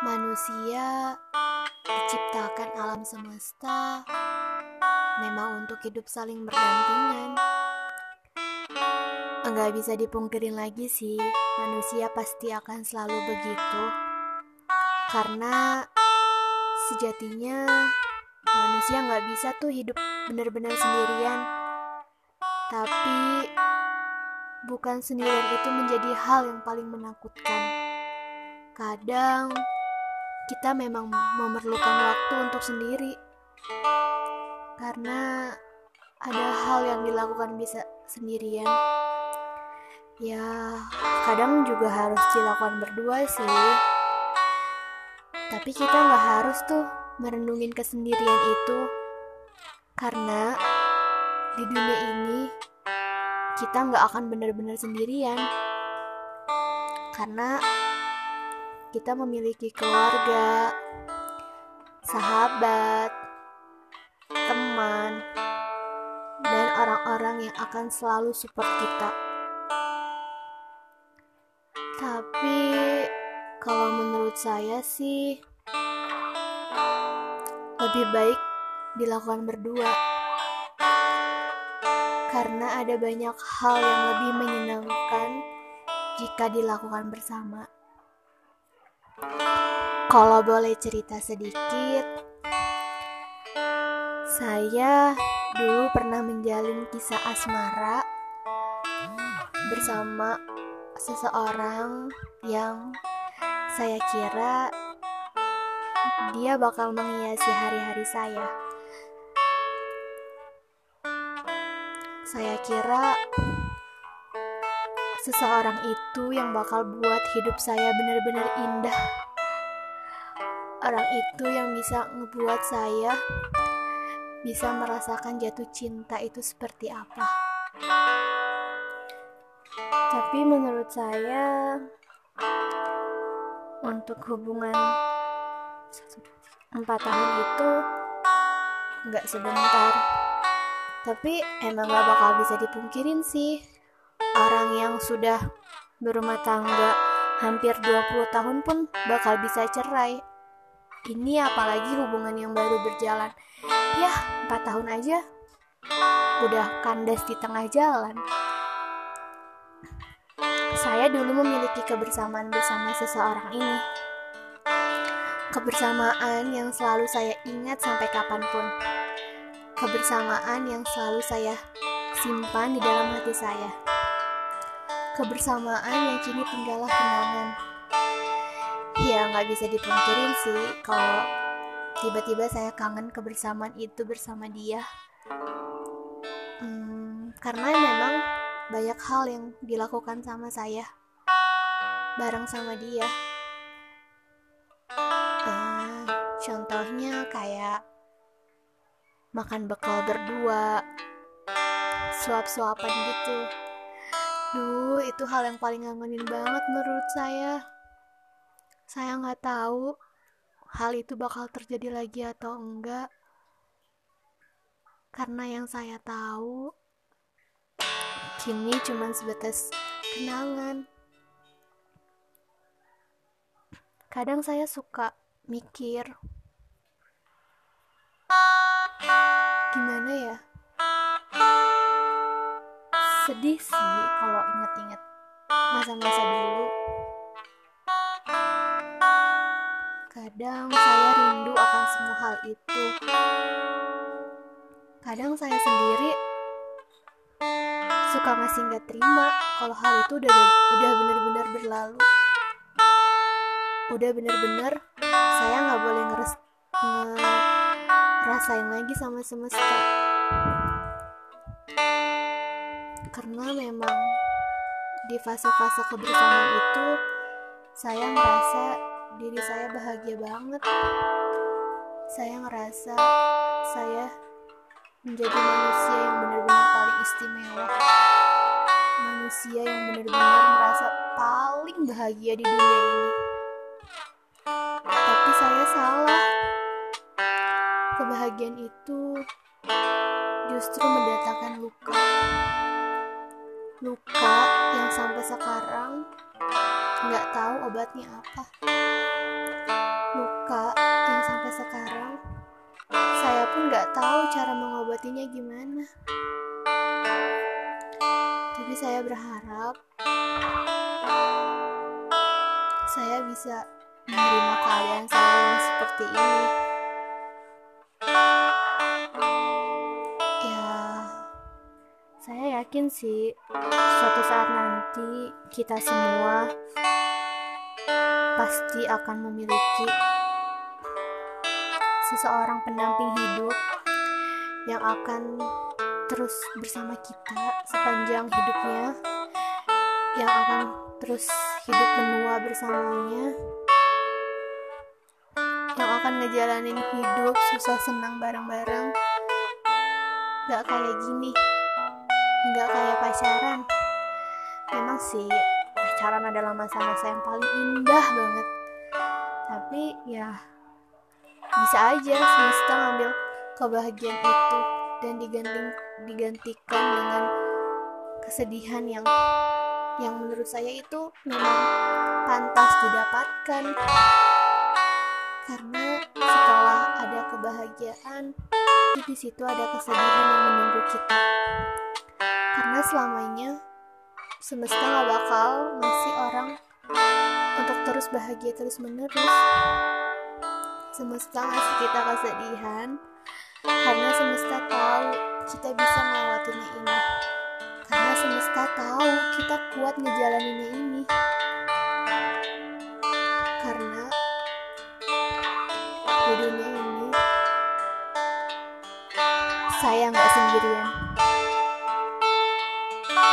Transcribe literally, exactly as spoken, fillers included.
Manusia diciptakan alam semesta memang untuk hidup saling berdampingan. Enggak bisa dipungkirin lagi sih, manusia pasti akan selalu begitu. Karena sejatinya manusia nggak bisa tuh hidup benar-benar sendirian. Tapi bukan sendirian itu menjadi hal yang paling menakutkan. Kadang kita memang memerlukan waktu untuk sendiri, karena ada hal yang dilakukan bisa sendirian. Ya, kadang juga harus dilakukan berdua sih. Tapi kita gak harus tuh merenungin kesendirian itu, karena di dunia ini kita gak akan benar-benar sendirian. Karena kita memiliki keluarga, sahabat, teman, dan orang-orang yang akan selalu support kita. Tapi kalau menurut saya sih lebih baik dilakukan berdua, karena ada banyak hal yang lebih menyenangkan jika dilakukan bersama. Kalau boleh cerita sedikit, saya dulu pernah menjalin kisah asmara bersama seseorang yang saya kira dia bakal menghiasi hari-hari saya. Saya kira seseorang itu yang bakal buat hidup saya benar-benar indah. Orang itu yang bisa ngebuat saya bisa merasakan jatuh cinta itu seperti apa. Tapi menurut saya, untuk hubungan empat tahun itu gak sebentar. Tapi emang gak bakal bisa dipungkirin sih, orang yang sudah berumah tangga hampir dua puluh tahun pun bakal bisa cerai. Ini apalagi hubungan yang baru berjalan. Yah, empat tahun aja udah kandas di tengah jalan. Saya dulu memiliki kebersamaan bersama seseorang ini. Kebersamaan yang selalu saya ingat sampai kapanpun. Kebersamaan yang selalu saya simpan di dalam hati saya. Kebersamaan yang kini tinggallah kenangan. Ya, gak bisa dipungkirin sih kalau tiba-tiba saya kangen kebersamaan itu bersama dia. Hmm, karena memang banyak hal yang dilakukan sama saya bareng sama dia. Uh, contohnya kayak makan bekal berdua, suap-suapan gitu. Duh, itu hal yang paling ngangenin banget menurut saya. Saya gak tahu hal itu bakal terjadi lagi atau enggak. Karena yang saya tahu kini cuma sebatas kenangan. Kadang saya suka mikir, gimana ya? Sedih sih kalau inget-inget masa-masa dulu. Kadang saya rindu akan semua hal itu. Kadang saya sendiri suka masih gak terima kalau hal itu udah udah benar-benar berlalu. Udah benar-benar saya gak boleh ngeres, ngerasain lagi sama semesta. Karena memang di fase-fase kebersamaan itu saya ngerasa diri saya bahagia banget. Saya ngerasa saya menjadi manusia yang benar-benar paling istimewa. Manusia yang benar-benar merasa paling bahagia di dunia ini. Tapi saya salah. Kebahagiaan itu justru mendatangkan luka. Luka yang sampai sekarang gak tahu obatnya apa. luka yang sampai sekarang saya pun gak tahu cara mengobatinya gimana. Tapi saya berharap saya bisa menerima keadaan saya yang seperti ini. Ya, saya yakin sih suatu saat nanti kita semua pasti akan memiliki seseorang pendamping hidup yang akan terus bersama kita sepanjang hidupnya, yang akan terus hidup menua bersamanya, yang akan ngejalanin hidup susah senang bareng-bareng. Gak kayak gini, gak kayak pacaran. Memang sih pacaran adalah masa-masa yang paling indah banget, tapi ya bisa aja semesta ngambil kebahagiaan itu dan diganti, digantikan dengan kesedihan yang yang menurut saya itu memang pantas didapatkan, karena setelah ada kebahagiaan di situ ada kesedihan yang menunggu kita, karena selamanya semesta gak bakal ngasih orang untuk terus bahagia terus menerus. Semesta ngasih kita kesedihan karena semesta tahu kita bisa melewatinya ini, karena semesta tahu kita kuat ngejalaninnya ini, karena di dunia ini saya gak sendirian.